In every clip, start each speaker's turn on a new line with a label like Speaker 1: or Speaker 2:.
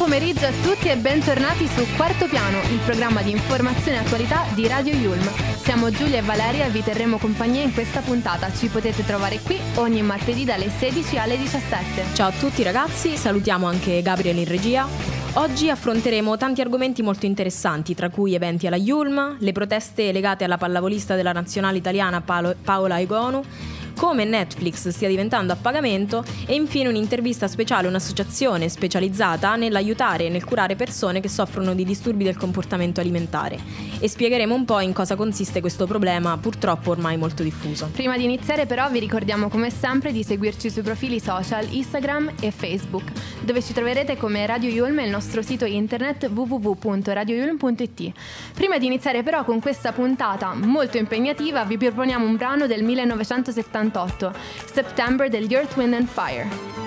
Speaker 1: pomeriggio a tutti e bentornati su Quarto Piano, il programma di informazione e attualità di Radio Yulm. Siamo Giulia e Valeria e vi terremo compagnia in questa puntata. Ci potete trovare qui ogni martedì dalle 16 alle 17.
Speaker 2: Ciao a tutti ragazzi, salutiamo anche Gabriele in regia. Oggi affronteremo tanti argomenti molto interessanti, tra cui eventi alla Yulm, le proteste legate alla pallavolista della nazionale italiana Paola Egonu, come Netflix stia diventando a pagamento e infine un'intervista speciale a un'associazione specializzata nell'aiutare e nel curare persone che soffrono di disturbi del comportamento alimentare e spiegheremo un po' in cosa consiste questo problema purtroppo ormai molto diffuso.
Speaker 1: Prima di iniziare però vi ricordiamo come sempre di seguirci sui profili social Instagram e Facebook, dove ci troverete come Radio Yulm e il nostro sito internet www.radioyulm.it. Prima di iniziare però con questa puntata molto impegnativa vi proponiamo un brano del 1978, September degli Earth, Wind and Fire.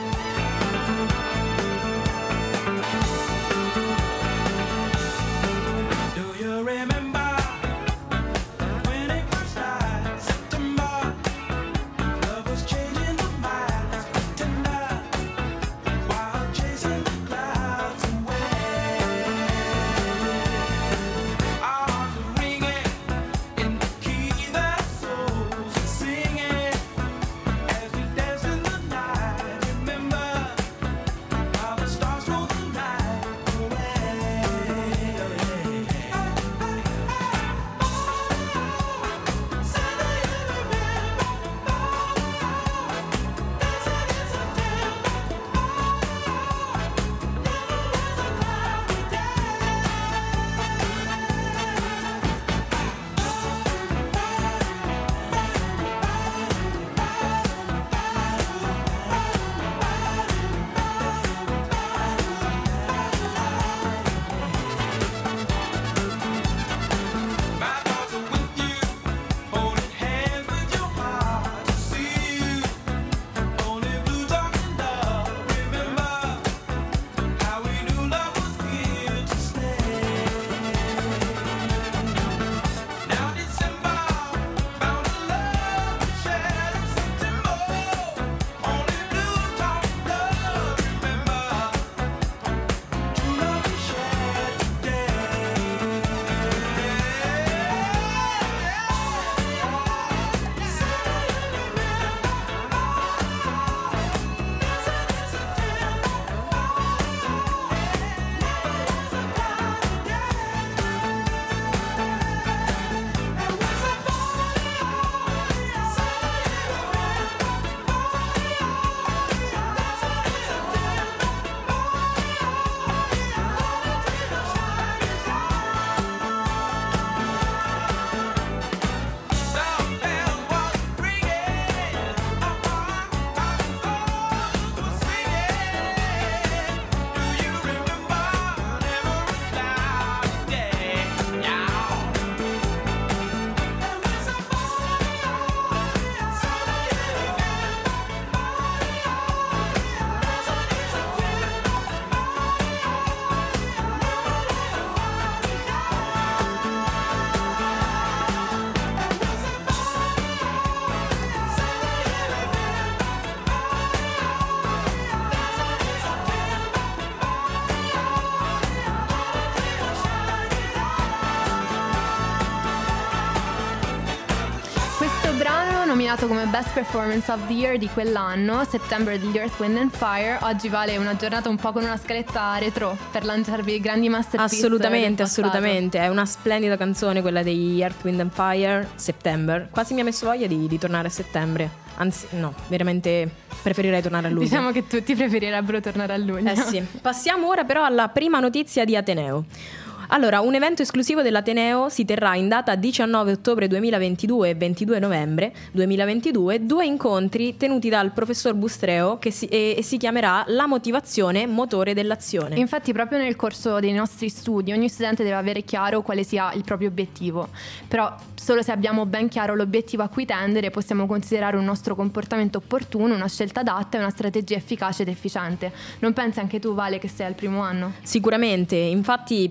Speaker 1: Nominato come Best Performance of the Year di quell'anno, September degli Earth, Wind and Fire, oggi vale una giornata un po' con una scaletta retro per lanciarvi grandi masterpiece.
Speaker 2: Assolutamente, è una splendida canzone quella degli Earth, Wind and Fire, September. Quasi mi ha messo voglia di tornare a settembre. Anzi, no, veramente preferirei tornare a luglio.
Speaker 1: Diciamo che tutti preferirebbero tornare a luglio.
Speaker 2: Sì. Passiamo ora però alla prima notizia di Ateneo. Allora, un evento esclusivo dell'Ateneo si terrà in data 19 ottobre 2022 e 22 novembre 2022, 2 incontri tenuti dal professor Bustreo che si chiamerà La motivazione motore dell'azione.
Speaker 1: Infatti proprio nel corso dei nostri studi ogni studente deve avere chiaro quale sia il proprio obiettivo, però solo se abbiamo ben chiaro l'obiettivo a cui tendere possiamo considerare un nostro comportamento opportuno, una scelta adatta e una strategia efficace ed efficiente. Non pensi anche tu, Vale, che sei al primo anno?
Speaker 2: Sicuramente, infatti penso anche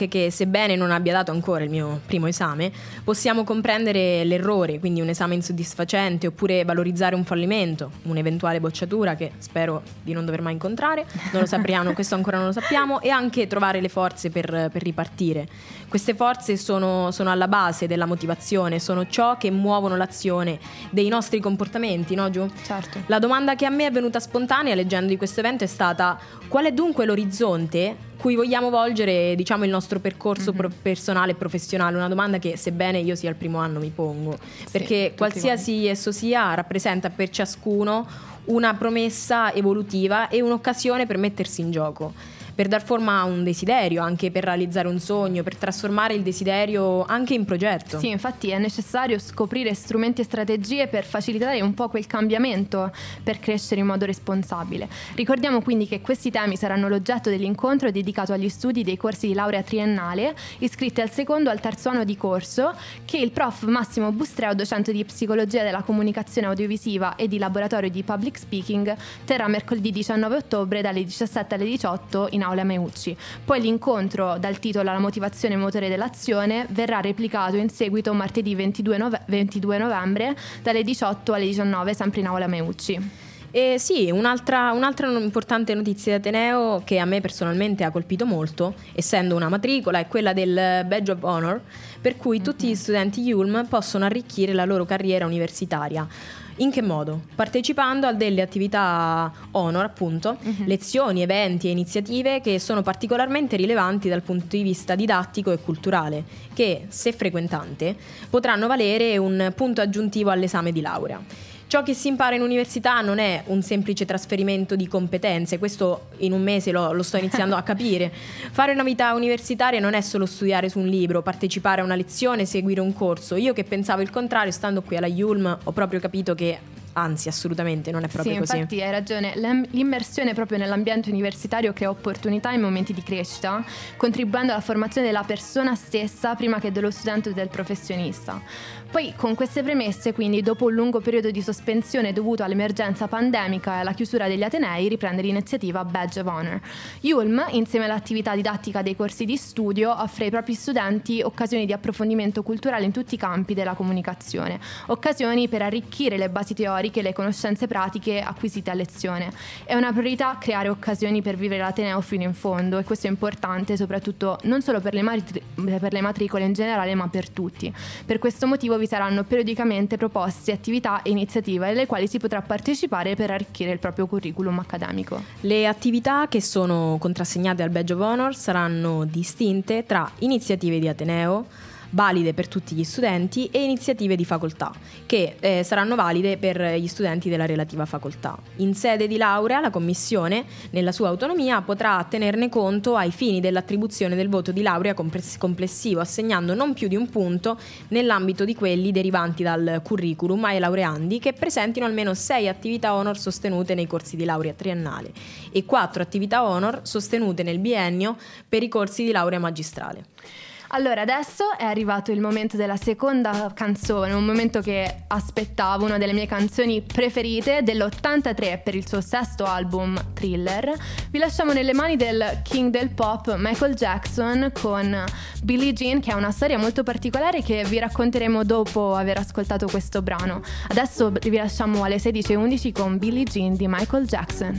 Speaker 2: anche che, sebbene non abbia dato ancora il mio primo esame, possiamo comprendere l'errore, quindi un esame insoddisfacente, oppure valorizzare un fallimento, un'eventuale bocciatura che spero di non dover mai incontrare, non lo sappiamo, questo ancora non lo sappiamo, e anche trovare le forze per ripartire. Queste forze sono alla base della motivazione, sono ciò che muovono l'azione dei nostri comportamenti, no Giù?
Speaker 1: Certo.
Speaker 2: La domanda che a me è venuta spontanea leggendo di questo evento è stata: qual è dunque l'orizzonte cui vogliamo volgere, diciamo, il nostro percorso personale e professionale? Una domanda che, sebbene io sia al primo anno, mi pongo, perché qualsiasi esso sia, rappresenta per ciascuno una promessa evolutiva e un'occasione per mettersi in gioco, per dar forma a un desiderio, anche per realizzare un sogno, per trasformare il desiderio anche in progetto.
Speaker 1: Sì, infatti è necessario scoprire strumenti e strategie per facilitare un po' quel cambiamento, per crescere in modo responsabile. Ricordiamo quindi che questi temi saranno l'oggetto dell'incontro dedicato agli studi dei corsi di laurea triennale iscritti al secondo e al terzo anno di corso, che il prof Massimo Bustreo, docente di psicologia della comunicazione audiovisiva e di laboratorio di public speaking, terrà mercoledì 19 ottobre dalle 17 alle 18 in Aula Meucci. Poi l'incontro dal titolo La motivazione motore dell'azione verrà replicato in seguito martedì 22 novembre dalle 18 alle 19 sempre in Aula Meucci.
Speaker 2: E sì, un'altra importante notizia di Ateneo che a me personalmente ha colpito molto, essendo una matricola, è quella del Badge of Honor, per cui tutti gli studenti YULM possono arricchire la loro carriera universitaria. In che modo? Partecipando a delle attività honor, appunto, lezioni, eventi e iniziative che sono particolarmente rilevanti dal punto di vista didattico e culturale, che, se frequentante, potranno valere un punto aggiuntivo all'esame di laurea. Ciò che si impara in università non è un semplice trasferimento di competenze, questo in un mese lo sto iniziando a capire. Fare una vita universitaria non è solo studiare su un libro, partecipare a una lezione, seguire un corso. Io che pensavo il contrario, stando qui alla YULM, ho proprio capito che anzi, assolutamente non è proprio così.
Speaker 1: Sì, infatti hai ragione. L'immersione proprio nell'ambiente universitario crea opportunità in momenti di crescita, contribuendo alla formazione della persona stessa prima che dello studente o del professionista. Poi, con queste premesse, quindi, dopo un lungo periodo di sospensione dovuto all'emergenza pandemica e alla chiusura degli atenei, riprende l'iniziativa Badge of Honor. YULM, insieme all'attività didattica dei corsi di studio, offre ai propri studenti occasioni di approfondimento culturale in tutti i campi della comunicazione, occasioni per arricchire le basi teoriche e le conoscenze pratiche acquisite a lezione. È una priorità creare occasioni per vivere l'Ateneo fino in fondo, e questo è importante soprattutto non solo per le matricole in generale, ma per tutti. Per questo motivo vi saranno periodicamente proposte attività e iniziative alle quali si potrà partecipare per arricchire il proprio curriculum accademico.
Speaker 2: Le attività che sono contrassegnate al Badge of Honor saranno distinte tra iniziative di Ateneo, valide per tutti gli studenti, e iniziative di facoltà, che saranno valide per gli studenti della relativa facoltà. In sede di laurea, la commissione, nella sua autonomia, potrà tenerne conto ai fini dell'attribuzione del voto di laurea complessivo, assegnando non più di un punto nell'ambito di quelli derivanti dal curriculum ai laureandi che presentino almeno 6 attività honor sostenute nei corsi di laurea triennale e 4 attività honor sostenute nel biennio per i corsi di laurea magistrale.
Speaker 1: Allora, adesso è arrivato il momento della seconda canzone, un momento che aspettavo, una delle mie canzoni preferite dell'83 per il suo sesto album Thriller. Vi lasciamo nelle mani del king del pop Michael Jackson con Billie Jean, che è una storia molto particolare che vi racconteremo dopo aver ascoltato questo brano. Adesso vi lasciamo alle 16:11 con Billie Jean di Michael Jackson.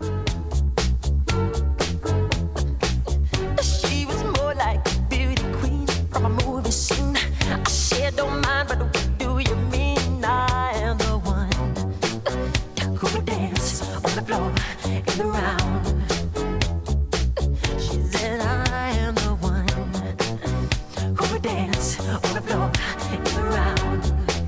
Speaker 3: Don't mind, but what do you mean? I am the one who would dance on the floor in the round. She said I am the one who would dance on the floor in the round.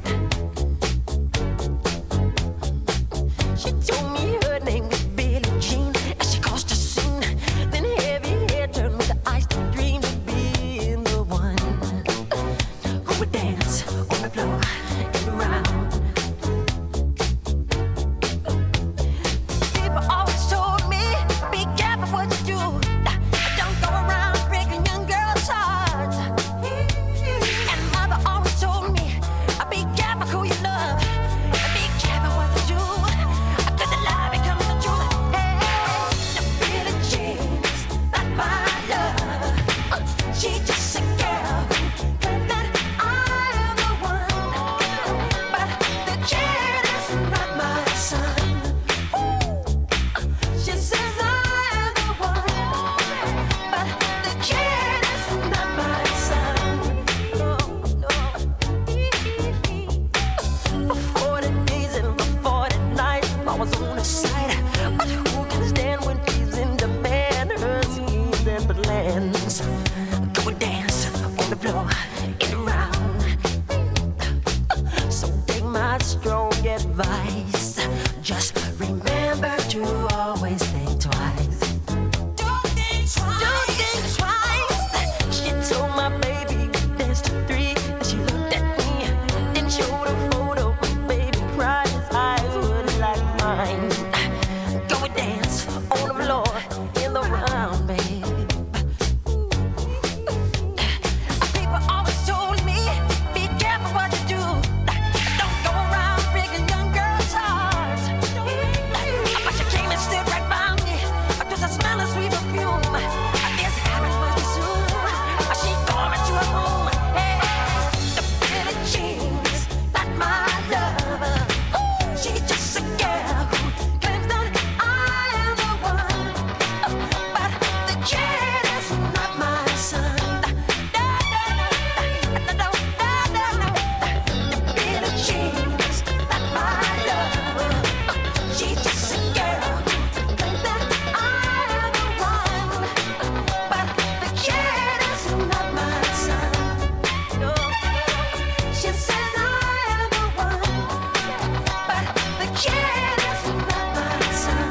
Speaker 3: She told me her name was Billie Jean as she caused a scene. Then heavy hair turned with the eyes to dream of being the one who would dance on the floor and around. People always told me, be careful what you do. Don't go around breaking young girls' hearts. And mother always told advice. Just remember to always think twice. Don't think twice. She told my baby there's 3, and she looked at me, then showed a photo with baby cried. His eyes were like mine. Go and dance on the floor in the round, babe. People always told me, be careful what you do. Don't go around breaking young girls' hearts. But she came and stood right by me. Just a smell of sweet perfume. This happened much too soon. She tore me to her room. Hey, the Billie Jean's not my lover. She's just a girl who claims that I am the one. But the kid is not my son. The Billie Jean's not my lover. She's just a girl who claims that I am the one. But the kid is not my son. No, she says I am the one. But the kid is not my son.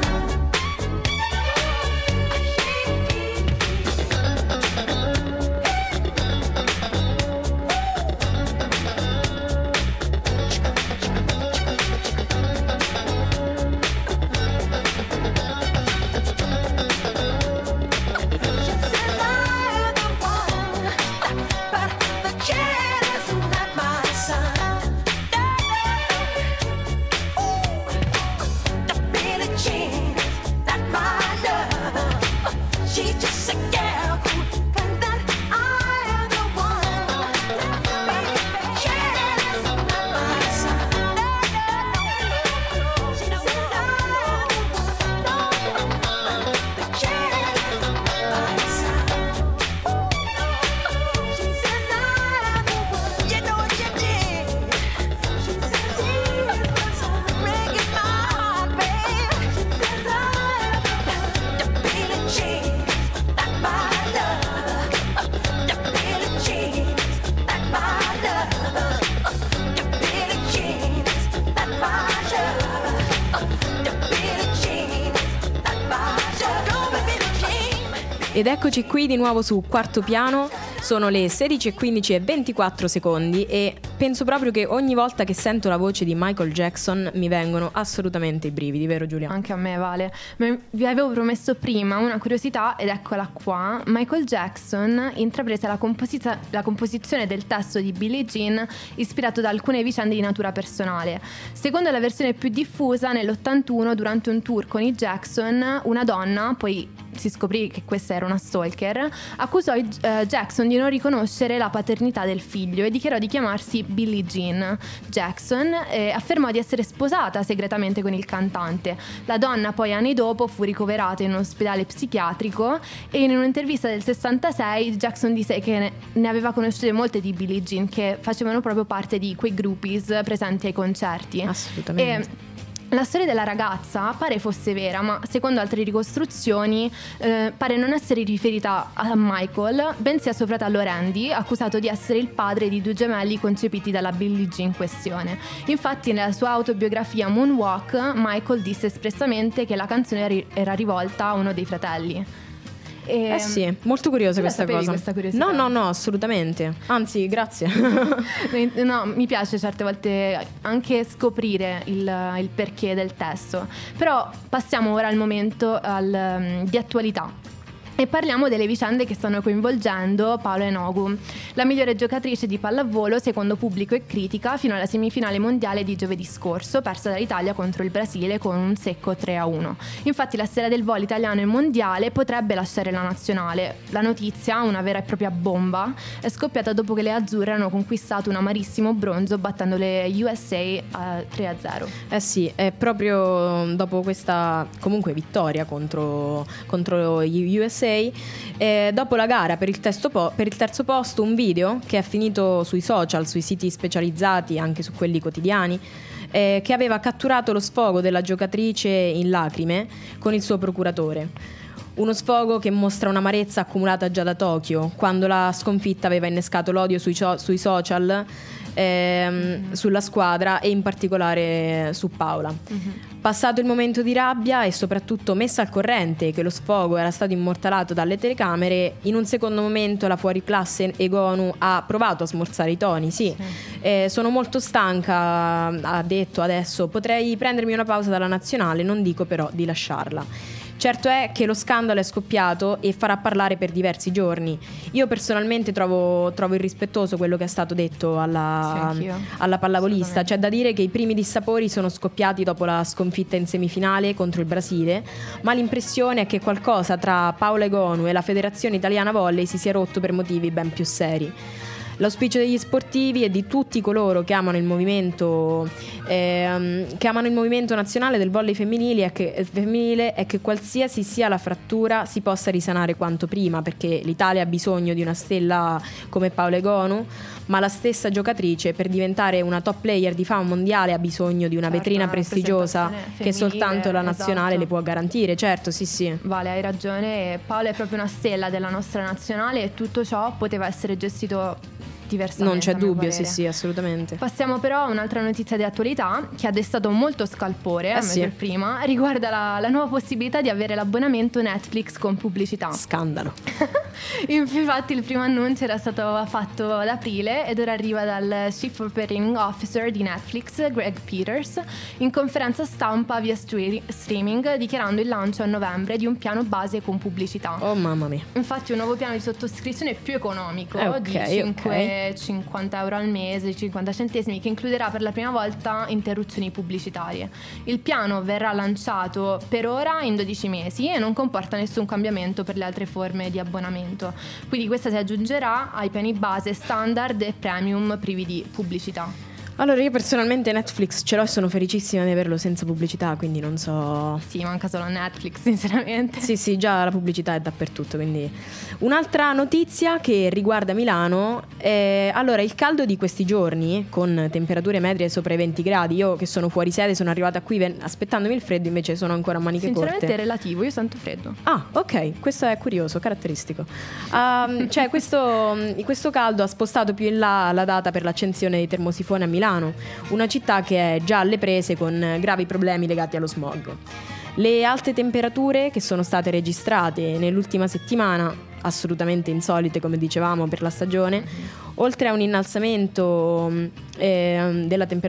Speaker 3: She says I am the one, but the kid is not my son. The Billie Jean is not my lover. She's just a girl who claims that I am the one, but the kid is not my son. She says I am the one, but the kid is not my son. She says I am the one, you know what you did. She says he is my son, breaking my heart, babe. She says I am the Billie Jean, not my lover. The Billie Jean, not my lover. The Billie Jean, not my lover. The Billie Jean, not my lover. Go, Billie Jean.
Speaker 2: Ed eccoci qui di nuovo su Quarto Piano. Sono le 16:15:24 secondi e penso proprio che ogni volta che sento la voce di Michael Jackson mi vengono assolutamente i brividi, vero Giulia?
Speaker 1: Anche a me, Vale. Ma vi avevo promesso prima una curiosità ed eccola qua. Michael Jackson intraprese la composizione del testo di Billie Jean ispirato da alcune vicende di natura personale. Secondo la versione più diffusa, nell'81, durante un tour con i Jackson, una donna, poi si scoprì che questa era una stalker, accusò Jackson di non riconoscere la paternità del figlio e dichiarò di chiamarsi Billie Jean. Jackson affermò di essere sposata segretamente con il cantante. La donna poi anni dopo fu ricoverata in un ospedale psichiatrico e in un'intervista del 66 Jackson disse che ne aveva conosciute molte di Billie Jean che facevano proprio parte di quei groupies presenti ai concerti.
Speaker 2: Assolutamente.
Speaker 1: La storia della ragazza pare fosse vera, ma secondo altre ricostruzioni pare non essere riferita a Michael, bensì a suo fratello Randy, accusato di essere il padre di 2 gemelli concepiti dalla Billie Jean in questione. Infatti nella sua autobiografia Moonwalk, Michael disse espressamente che la canzone era rivolta a uno dei fratelli.
Speaker 2: Sì, molto curiosa questa cosa.
Speaker 1: Questa curiosità?
Speaker 2: No, assolutamente. Anzi, grazie.
Speaker 1: No, mi piace certe volte anche scoprire il perché del testo. Però passiamo ora al momento di attualità. E parliamo delle vicende che stanno coinvolgendo Paola Enogu, la migliore giocatrice di pallavolo secondo pubblico e critica fino alla semifinale mondiale di giovedì scorso, persa dall'Italia contro il Brasile con un secco 3-1. Infatti la stella del volo italiano in mondiale potrebbe lasciare la nazionale. La notizia, una vera e propria bomba, è scoppiata dopo che le azzurre hanno conquistato un amarissimo bronzo battendo le USA 3-0.
Speaker 2: Sì, è proprio dopo questa comunque vittoria contro gli USA. Dopo la gara per il terzo posto, un video che è finito sui social, sui siti specializzati, anche su quelli quotidiani, che aveva catturato lo sfogo della giocatrice in lacrime con il suo procuratore. Uno sfogo che mostra un'amarezza accumulata già da Tokyo, quando la sconfitta aveva innescato l'odio sui social, sulla squadra e in particolare su Paola. Passato il momento di rabbia e soprattutto messa al corrente che lo sfogo era stato immortalato dalle telecamere, in un secondo momento la fuoriclasse Egonu ha provato a smorzare i toni. Sono molto stanca, ha detto adesso, potrei prendermi una pausa dalla nazionale, non dico però di lasciarla. Certo è che lo scandalo è scoppiato e farà parlare per diversi giorni. Io personalmente trovo irrispettoso quello che è stato detto alla pallavolista. C'è da dire che i primi dissapori sono scoppiati dopo la sconfitta in semifinale contro il Brasile, ma l'impressione è che qualcosa tra Paola Egonu e la Federazione Italiana Volley si sia rotto per motivi ben più seri. L'auspicio degli sportivi e di tutti coloro che amano il movimento nazionale del volley femminile è che qualsiasi sia la frattura si possa risanare quanto prima, perché l'Italia ha bisogno di una stella come Paola Egonu, ma la stessa giocatrice per diventare una top player di fama mondiale ha bisogno di una vetrina prestigiosa che soltanto la nazionale le può garantire. Certo, sì.
Speaker 1: Vale, hai ragione, Paola è proprio una stella della nostra nazionale e tutto ciò poteva essere gestito diversamente.
Speaker 2: Non c'è dubbio, sì, assolutamente.
Speaker 1: Passiamo però a un'altra notizia di attualità che ha destato molto scalpore, per prima, riguarda la nuova possibilità di avere l'abbonamento Netflix con pubblicità.
Speaker 2: Scandalo.
Speaker 1: Infatti il primo annuncio era stato fatto ad aprile ed ora arriva dal Chief Operating Officer di Netflix, Greg Peters, in conferenza stampa via streaming, dichiarando il lancio a novembre di un piano base con pubblicità.
Speaker 2: Oh mamma mia.
Speaker 1: Infatti un nuovo piano di sottoscrizione più economico di 50 euro al mese, 50 centesimi, che includerà per la prima volta interruzioni pubblicitarie. Il piano verrà lanciato per ora in 12 mesi e non comporta nessun cambiamento per le altre forme di abbonamento. Quindi questa si aggiungerà ai piani base standard e premium privi di pubblicità.
Speaker 2: Allora, io personalmente Netflix ce l'ho e sono felicissima di averlo senza pubblicità, quindi non so.
Speaker 1: Sì, manca solo Netflix, sinceramente.
Speaker 2: Sì, già la pubblicità è dappertutto, quindi. Un'altra notizia che riguarda Milano è, allora, il caldo di questi giorni, con temperature medie sopra i 20 gradi, io che sono fuori sede sono arrivata qui aspettandomi il freddo, invece sono ancora a maniche corte.
Speaker 1: Sinceramente è relativo, io sento freddo.
Speaker 2: Ah, ok, questo è curioso, caratteristico. Cioè questo caldo ha spostato più in là la data per l'accensione dei termosifoni a Milano, una città che è già alle prese con gravi problemi legati allo smog. Le alte temperature che sono state registrate nell'ultima settimana, assolutamente insolite come dicevamo per la stagione, oltre a un innalzamento dei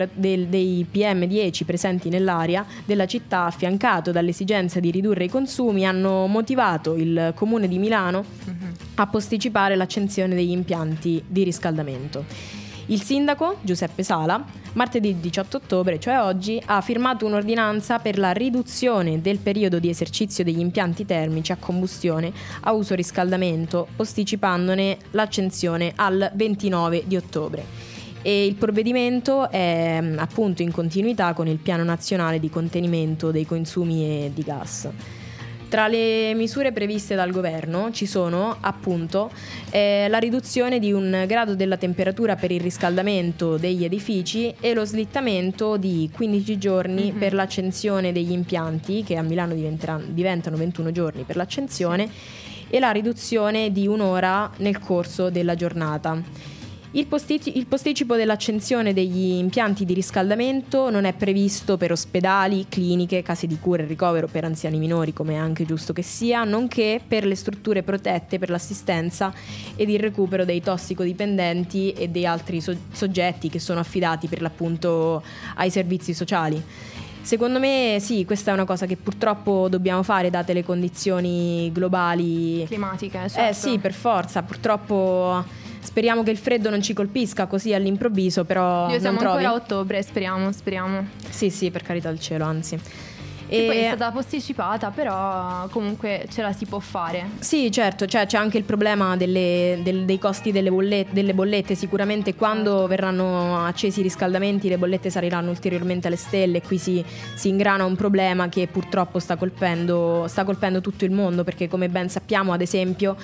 Speaker 2: PM10 presenti nell'aria della città, affiancato dall'esigenza di ridurre i consumi, hanno motivato il Comune di Milano a posticipare l'accensione degli impianti di riscaldamento. Il sindaco Giuseppe Sala, martedì 18 ottobre, cioè oggi, ha firmato un'ordinanza per la riduzione del periodo di esercizio degli impianti termici a combustione a uso riscaldamento, posticipandone l'accensione al 29 di ottobre. E il provvedimento è appunto in continuità con il Piano Nazionale di Contenimento dei Consumi di Gas. Tra le misure previste dal governo ci sono appunto la riduzione di 1 grado della temperatura per il riscaldamento degli edifici e lo slittamento di 15 giorni per l'accensione degli impianti, che a Milano diventano 21 giorni per l'accensione, e la riduzione di 1 ora nel corso della giornata. Il posticipo dell'accensione degli impianti di riscaldamento non è previsto per ospedali, cliniche, case di cura e ricovero per anziani minori, come è anche giusto che sia, nonché per le strutture protette per l'assistenza ed il recupero dei tossicodipendenti e dei altri soggetti che sono affidati per l'appunto ai servizi sociali. Secondo me sì, questa è una cosa che purtroppo dobbiamo fare date le condizioni globali
Speaker 1: climatiche, certo.
Speaker 2: Sì, per forza, purtroppo. Speriamo che il freddo non ci colpisca così all'improvviso, però
Speaker 1: io siamo
Speaker 2: non trovi?
Speaker 1: ancora a ottobre, speriamo.
Speaker 2: Sì, per carità del cielo, anzi.
Speaker 1: E poi è stata posticipata, però comunque ce la si può fare.
Speaker 2: Sì, certo, cioè c'è anche il problema dei costi delle bollette. Sicuramente quando verranno accesi i riscaldamenti le bollette saliranno ulteriormente alle stelle, e qui si ingrana un problema che purtroppo sta colpendo tutto il mondo, perché come ben sappiamo, ad esempio,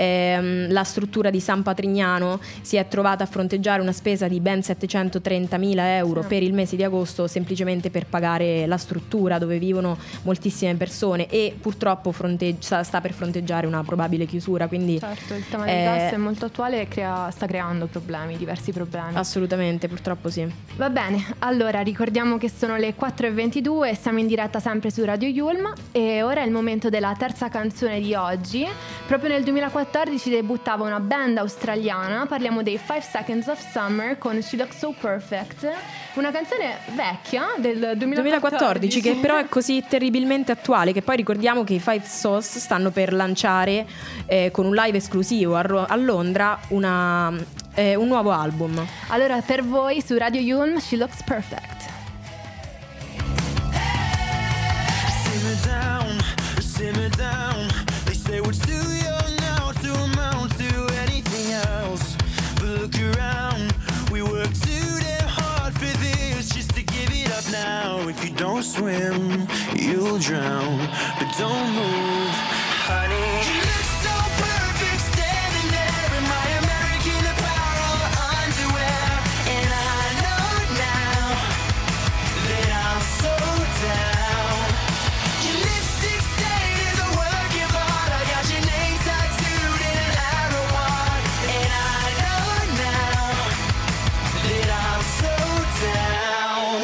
Speaker 2: la struttura di San Patrignano si è trovata a fronteggiare una spesa di ben 730.000 euro per il mese di agosto, semplicemente per pagare la struttura dove vive vivono moltissime persone e purtroppo sta per fronteggiare una probabile chiusura, quindi
Speaker 1: certo, il tema del gas è molto attuale e sta creando diversi problemi.
Speaker 2: Assolutamente, purtroppo sì.
Speaker 1: Va bene, allora ricordiamo che sono le 4:22 e siamo in diretta sempre su Radio Yulm e ora è il momento della terza canzone di oggi. Proprio nel 2014 debuttava una band australiana, parliamo dei 5 Seconds of Summer con She Looks So Perfect, una canzone vecchia del 2014
Speaker 2: che però è così terribilmente attuale, che poi ricordiamo che i Five Sauce stanno per lanciare con un live esclusivo a Londra un nuovo album.
Speaker 1: Allora per voi su Radio Yulm She Looks Perfect.
Speaker 4: Simmer down. They say we're too young now to amount to anything else. But look around, we work too damn hard for this, just to give it up now. If you don't swim, you'll drown. But don't move, honey. You look so perfect standing there in my American Apparel underwear. And I know now that I'm so down. Your lipstick stain is a work of art. I got your name tattooed in an arrow heart. And I know now that I'm so down.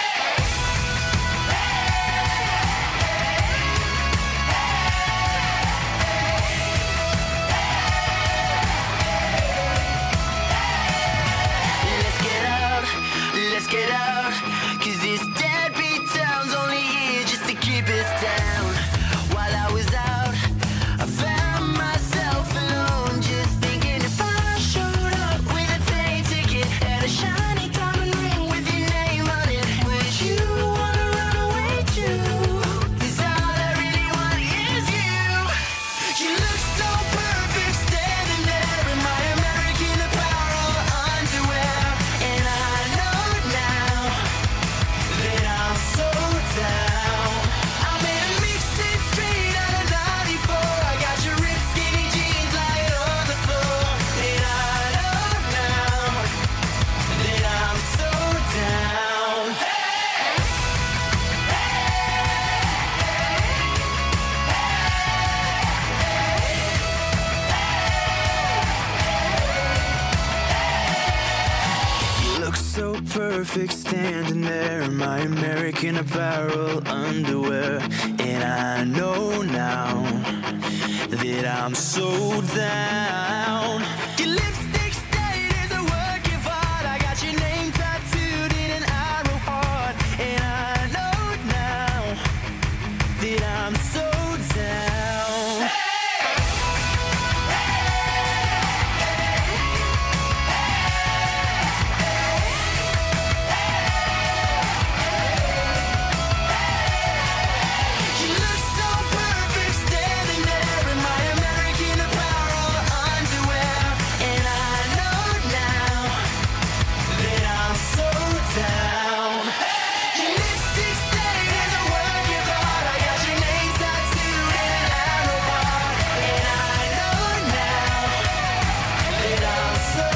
Speaker 4: Let's get out, 'cause this deadbeat town's only here just to keep us down. While I was out, I found myself alone, just thinking if I showed up with a plane ticket and a shiny diamond ring with your name on it, would you wanna run away too? 'Cause all I really want is you. You look so perfect standing there in my American Apparel underwear. And I know now that I'm so down. I made a mixtape straight out of 94. I got your ripped skinny jeans lying on the floor. And I know now that I'm so down. You look so perfect standing there in my American Apparel underwear. And I know now that I'm so down. Your lipstick stain is a work of art. I got your name tattooed in an arrow heart. And I know now that I'm so down. You look so perfect standing there in my American Apparel underwear. And I know now that I'm so down. Your lipstick stain is a work of art. I got your name tattooed in an arrow heart. And I know now that I'm so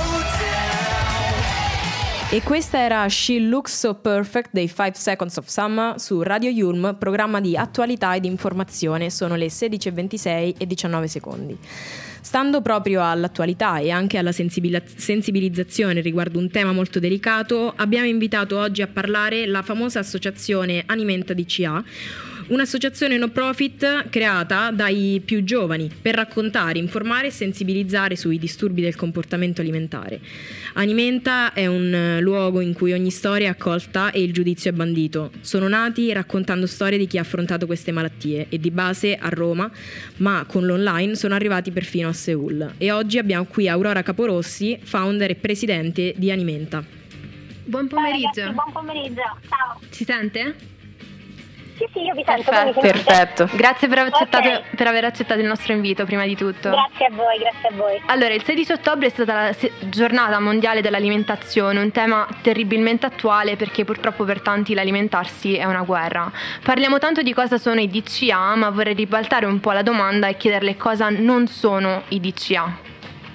Speaker 4: down.
Speaker 2: E questa era She Looks So Perfect dei 5 Seconds of Summer su Radio Yulm, programma di attualità ed informazione. Sono le 16:26 e 19 secondi. Stando proprio all'attualità e anche alla sensibilizzazione riguardo un tema molto delicato, abbiamo invitato oggi a parlare la famosa associazione Animenta DCA, un'associazione no profit creata dai più giovani per raccontare, informare e sensibilizzare sui disturbi del comportamento alimentare. Animenta è un luogo in cui ogni storia è accolta e il giudizio è bandito. Sono nati raccontando storie di chi ha affrontato queste malattie e di base a Roma, ma con l'online sono arrivati perfino a Seul. E oggi abbiamo qui Aurora Caporossi, founder e presidente di Animenta.
Speaker 1: Buon pomeriggio.
Speaker 5: Ciao ragazzi, buon pomeriggio. Ciao.
Speaker 1: Ci sente?
Speaker 5: Sì, io vi sento.
Speaker 2: Perfetto.
Speaker 1: Grazie per
Speaker 5: Ok.
Speaker 1: per aver accettato il nostro invito, prima di tutto.
Speaker 5: Grazie a voi, grazie a voi.
Speaker 1: Allora, il 16 ottobre è stata la giornata mondiale dell'alimentazione, un tema terribilmente attuale perché purtroppo per tanti l'alimentarsi è una guerra. Parliamo tanto di cosa sono i DCA, ma vorrei ribaltare un po' la domanda e chiederle cosa non sono i DCA.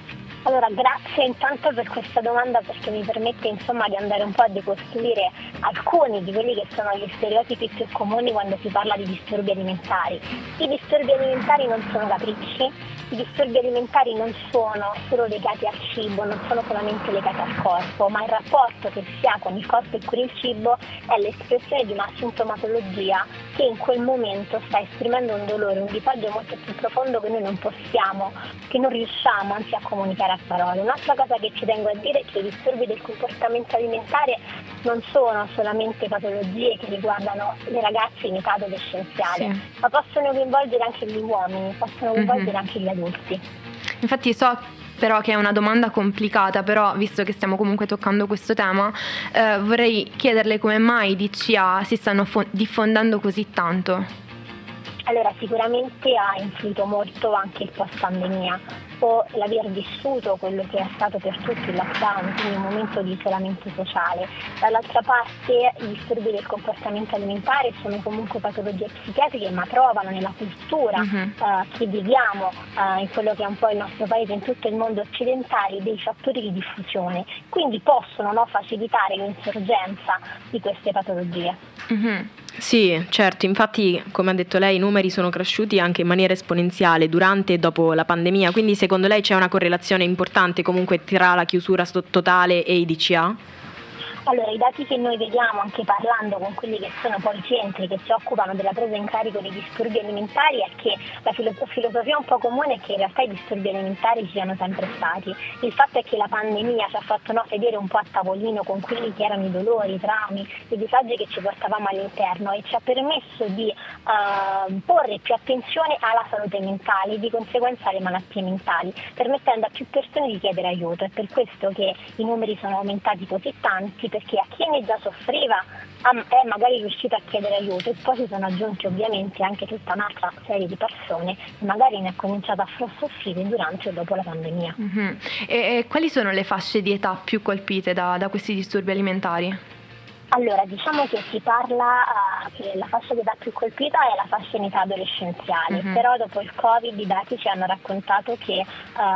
Speaker 5: Allora, grazie intanto per questa domanda, perché mi permette insomma di andare un po' a decostruire alcuni di quelli che sono gli stereotipi più comuni quando si parla di disturbi alimentari. I disturbi alimentari non sono capricci, i disturbi alimentari non sono solo legati al cibo, non sono solamente legati al corpo, ma il rapporto che si ha con il corpo e con il cibo è l'espressione di una sintomatologia che in quel momento sta esprimendo un dolore, un disagio molto più profondo che noi non possiamo, che non riusciamo anzi a comunicare a parole. Un'altra cosa che ci tengo a dire è che i disturbi del comportamento alimentare non sono solamente patologie che riguardano le ragazze in età adolescenziale,
Speaker 1: Sì.
Speaker 5: ma possono coinvolgere anche gli uomini, possono coinvolgere anche gli adulti.
Speaker 1: Infatti so però che è una domanda complicata, però visto che stiamo comunque toccando questo tema, vorrei chiederle come mai i DCA si stanno diffondendo così tanto.
Speaker 5: Allora, sicuramente ha influito molto anche il post-pandemia o l'aver vissuto quello che è stato per tutti il lockdown, quindi un momento di isolamento sociale. Dall'altra parte i disturbi del comportamento alimentare sono comunque patologie psichiatriche, ma trovano nella cultura che viviamo in quello che è un po' il nostro paese, in tutto il mondo occidentale, dei fattori di diffusione, quindi possono facilitare l'insorgenza di queste patologie.
Speaker 2: Sì, certo, infatti come ha detto lei i numeri sono cresciuti anche in maniera esponenziale durante e dopo la pandemia, quindi secondo lei c'è una correlazione importante comunque tra la chiusura totale e i DCA?
Speaker 5: Allora, i dati che noi vediamo anche parlando con quelli che sono poi i centri che si occupano della presa in carico dei disturbi alimentari è che la filosofia un po' comune è che in realtà i disturbi alimentari ci siano sempre stati. Il fatto è che la pandemia ci ha fatto sedere un po' a tavolino con quelli che erano i dolori, i traumi, i disagi che ci portavamo all'interno e ci ha permesso di porre più attenzione alla salute mentale e di conseguenza alle malattie mentali, permettendo a più persone di chiedere aiuto. È per questo che i numeri sono aumentati così tanti, perché a chi ne già soffriva è magari riuscito a chiedere aiuto e poi si sono aggiunti ovviamente anche tutta un'altra serie di persone che magari ne ha cominciato a soffrire durante o dopo la pandemia.
Speaker 1: E quali sono le fasce di età più colpite da questi disturbi alimentari?
Speaker 5: Allora, diciamo che si parla che la fascia di età più colpita è la fascia in età adolescenziale, però dopo il Covid i dati ci hanno raccontato che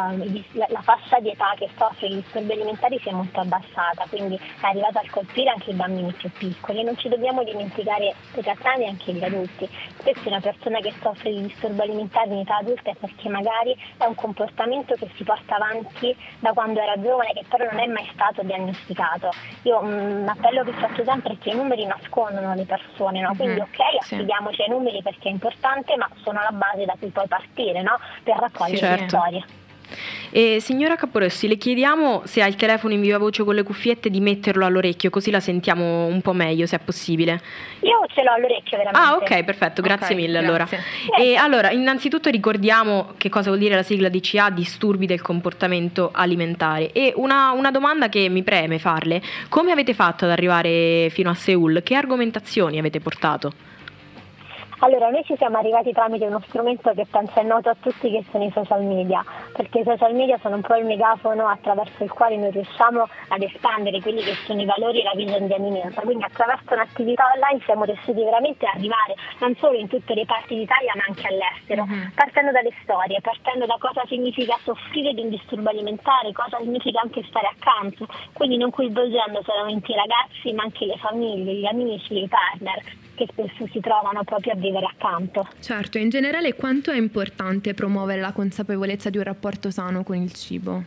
Speaker 5: la fascia di età che soffre i disturbi alimentari si è molto abbassata, quindi è arrivata a colpire anche i bambini più piccoli. Non ci dobbiamo dimenticare in realtà neanche gli adulti. Spesso una persona che soffre di disturbi alimentari in età adulta è perché magari è un comportamento che si porta avanti da quando era giovane, che però non è mai stato diagnosticato. Io un appello che faccio sempre è che i numeri nascondono le persone, no? Quindi affidiamoci ai numeri perché è importante, ma sono la base da cui poi partire, no? Per raccogliere le storie.
Speaker 2: E signora Caporossi, le chiediamo se ha il telefono in viva voce con le cuffiette di metterlo all'orecchio, così la sentiamo un po' meglio, se è possibile.
Speaker 5: Io ce l'ho all'orecchio veramente.
Speaker 2: Ah, ok, perfetto, grazie mille.
Speaker 1: Grazie.
Speaker 2: Allora. E allora, innanzitutto ricordiamo che cosa vuol dire la sigla DCA, disturbi del comportamento alimentare. E una domanda che mi preme farle: come avete fatto ad arrivare fino a Seul? Che argomentazioni avete portato?
Speaker 5: Allora, noi ci siamo arrivati tramite uno strumento che penso è noto a tutti, che sono i social media, perché i social media sono un po' il megafono attraverso il quale noi riusciamo ad espandere quelli che sono i valori e la visione di Animenta. Quindi attraverso un'attività online siamo riusciti veramente a arrivare non solo in tutte le parti d'Italia ma anche all'estero, partendo dalle storie, partendo da cosa significa soffrire di un disturbo alimentare, cosa significa anche stare accanto, quindi non coinvolgendo solamente i ragazzi ma anche le famiglie, gli amici, i partner, che spesso si trovano proprio a vivere accanto.
Speaker 1: Certo, in generale quanto è importante promuovere la consapevolezza di un rapporto sano con il cibo?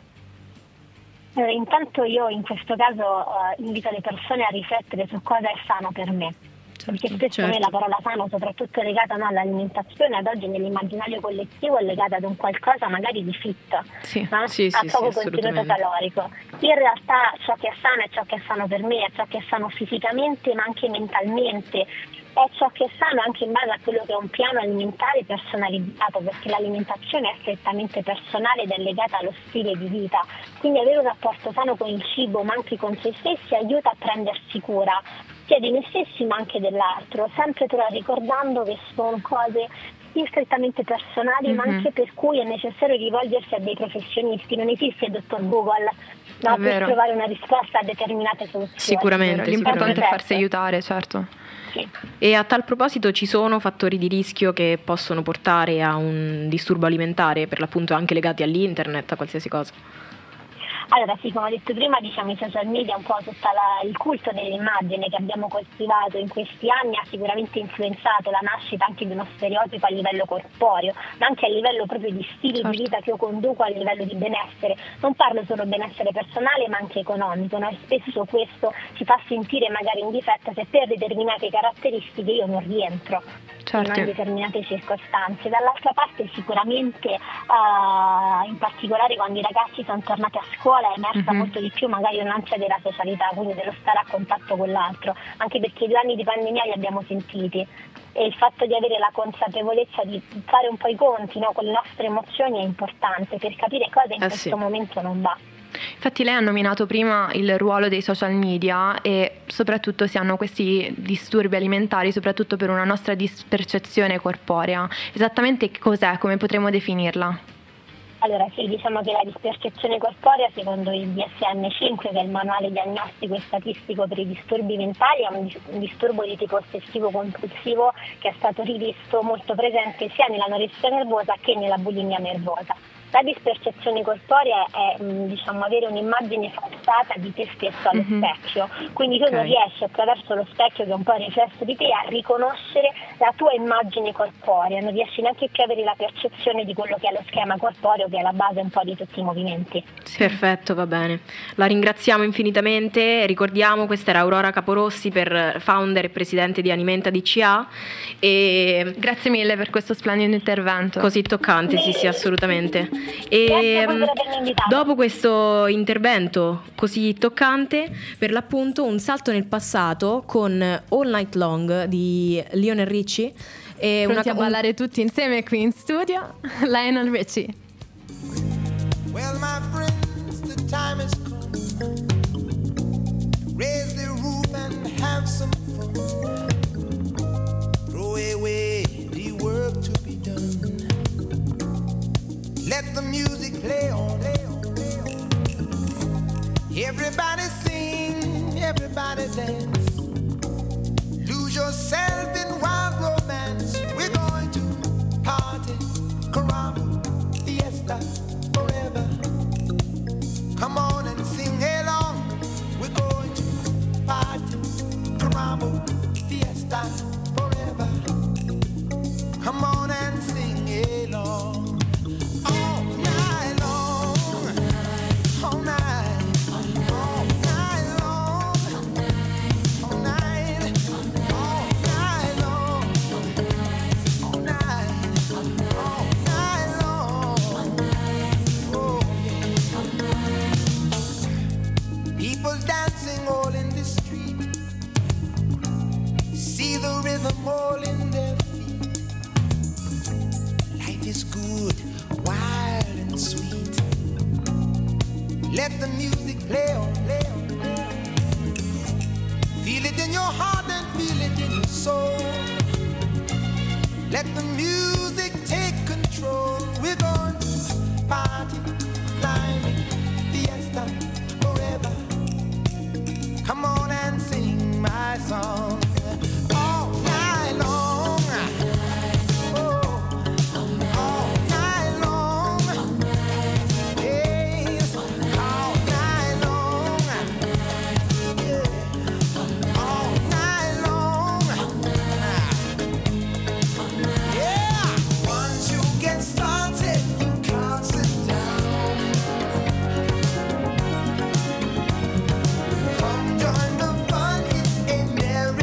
Speaker 5: Intanto io in questo caso invito le persone a riflettere su cosa è sano per me. Perché spesso noi la parola sano, soprattutto legata all'alimentazione, ad oggi nell'immaginario collettivo è legata ad un qualcosa magari di fit, a poco contenuto calorico. In realtà ciò che è sano per me, è ciò che è sano fisicamente ma anche mentalmente, è ciò che è sano anche in base a quello che è un piano alimentare personalizzato, perché l'alimentazione è strettamente personale ed è legata allo stile di vita. Quindi avere un rapporto sano con il cibo ma anche con se stessi aiuta a prendersi cura sia di noi stessi ma anche dell'altro, sempre però ricordando che sono cose strettamente personali, ma anche per cui è necessario rivolgersi a dei professionisti. Non esiste il dottor Google per trovare una risposta a determinate soluzioni.
Speaker 2: Sicuramente.
Speaker 1: L'importante è farsi aiutare, certo.
Speaker 5: Sì.
Speaker 2: E a tal proposito ci sono fattori di rischio che possono portare a un disturbo alimentare, per l'appunto anche legati all'internet, a qualsiasi cosa?
Speaker 5: Allora sì, come ho detto prima, diciamo i social media, un po' tutto il culto dell'immagine che abbiamo coltivato in questi anni ha sicuramente influenzato la nascita anche di uno stereotipo a livello corporeo, ma anche a livello proprio di stile di vita che io conduco, a livello di benessere. Non parlo solo benessere personale ma anche economico, no? E spesso questo ci fa sentire magari in difetto se per determinate caratteristiche io non rientro in determinate circostanze. Dall'altra parte sicuramente in particolare quando i ragazzi sono tornati a scuola è emersa molto di più magari un'ansia della socialità, quindi dello stare a contatto con l'altro, anche perché i 2 anni di pandemia li abbiamo sentiti e il fatto di avere la consapevolezza di fare un po' i conti, no, con le nostre emozioni è importante per capire cosa in questo momento non va.
Speaker 1: Infatti lei ha nominato prima il ruolo dei social media e soprattutto si hanno questi disturbi alimentari soprattutto per una nostra dispercezione corporea. Esattamente che cos'è? Come potremmo definirla?
Speaker 5: Allora sì, diciamo che la dispercezione corporea secondo il DSM-5, che è il manuale diagnostico e statistico per i disturbi mentali, è un disturbo di tipo ossessivo compulsivo che è stato rivisto molto presente sia nell'anoressia nervosa che nella bulimia nervosa. La dispercezione corporea è avere un'immagine falsata di te stesso allo specchio, quindi tu non riesci attraverso lo specchio che è un po' il riflesso di te a riconoscere la tua immagine corporea, non riesci neanche più a avere la percezione di quello che è lo schema corporeo che è la base un po' di tutti i movimenti.
Speaker 2: Perfetto, va bene. La ringraziamo infinitamente, ricordiamo questa era Aurora Caporossi, founder e presidente di Alimenta DCA e
Speaker 1: grazie mille per questo splendido intervento.
Speaker 2: Così toccante, sì, assolutamente. E dopo questo intervento così toccante, per l'appunto un salto nel passato con All Night Long di Lionel Richie e
Speaker 1: pronti a ballare tutti insieme qui in studio. Lionel Richie.
Speaker 6: Well, my friends, the time has come. Raise the roof and have some fun. Throw away the work to be done. Let the music play on. Everybody sing, everybody dance. Lose yourself in wild romance. We're going to party, caramba, fiesta, forever. Come on and sing along. We're going to party, caramba, fiesta, forever. Come on and sing along. All in their feet. Life is good, wild and sweet. Let the music play on, play on, play on. Feel it in your heart and feel it in your soul. Let the music take control. We're going to party, climbing, fiesta, forever. Come on and sing my song. Join the fun, it's a merry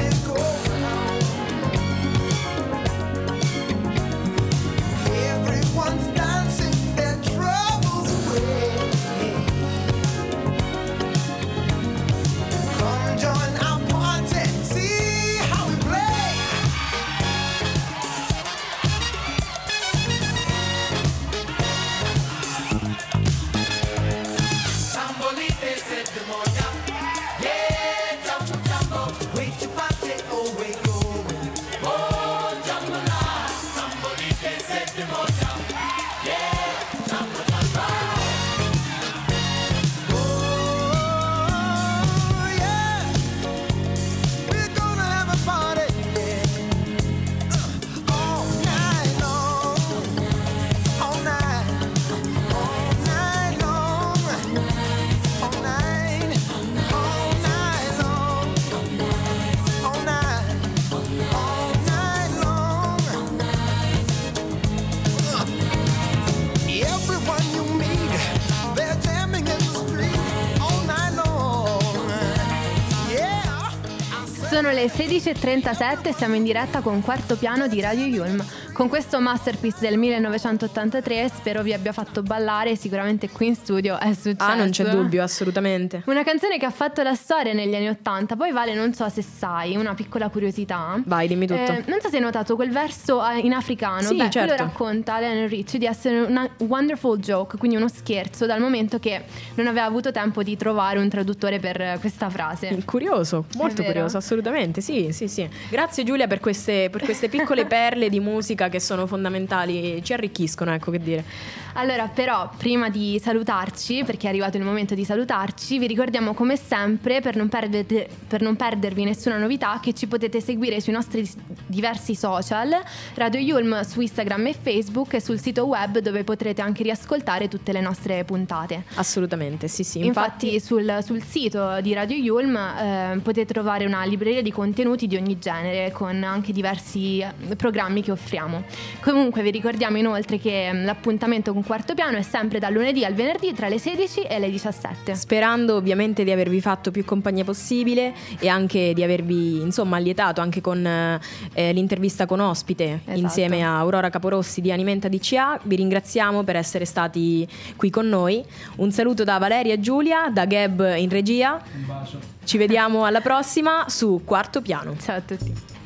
Speaker 1: Sono le 16:37 e siamo in diretta con Quarto Piano di Radio Yulm. Con questo masterpiece del 1983 spero vi abbia fatto ballare, sicuramente qui in studio è successo.
Speaker 2: Ah, non c'è dubbio, assolutamente.
Speaker 1: Una canzone che ha fatto la storia negli anni '80. Poi Vale, non so se sai, una piccola curiosità.
Speaker 2: Vai, dimmi tutto.
Speaker 1: Non so se hai notato quel verso in africano.
Speaker 2: Sì, certo.
Speaker 1: Quello racconta Lionel Richie di essere una wonderful joke, quindi uno scherzo, dal momento che non aveva avuto tempo di trovare un traduttore per questa frase.
Speaker 2: Curioso, molto curioso, assolutamente, sì. Grazie Giulia per queste piccole perle di musica che sono fondamentali, ci arricchiscono, ecco, che dire.
Speaker 1: Allora, però, prima di salutarci, perché è arrivato il momento di salutarci, vi ricordiamo come sempre, per non perdervi nessuna novità, che ci potete seguire sui nostri diversi social, Radio Yulm su Instagram e Facebook, e sul sito web, dove potrete anche riascoltare tutte le nostre puntate.
Speaker 2: Assolutamente, sì.
Speaker 1: Infatti sul sito di Radio Yulm potete trovare una libreria di contenuti di ogni genere, con anche diversi programmi che offriamo. Comunque vi ricordiamo inoltre che l'appuntamento con Quarto Piano è sempre dal lunedì al venerdì tra le 16 e le 17.
Speaker 2: Sperando ovviamente di avervi fatto più compagnia possibile e anche di avervi allietato anche con l'intervista con ospite, esatto, insieme a Aurora Caporossi di Alimenta DCA. Vi ringraziamo per essere stati qui con noi. Un saluto da Valeria e Giulia, da Gab in regia. Un bacio. Ci vediamo alla prossima su Quarto Piano.
Speaker 1: Ciao a tutti.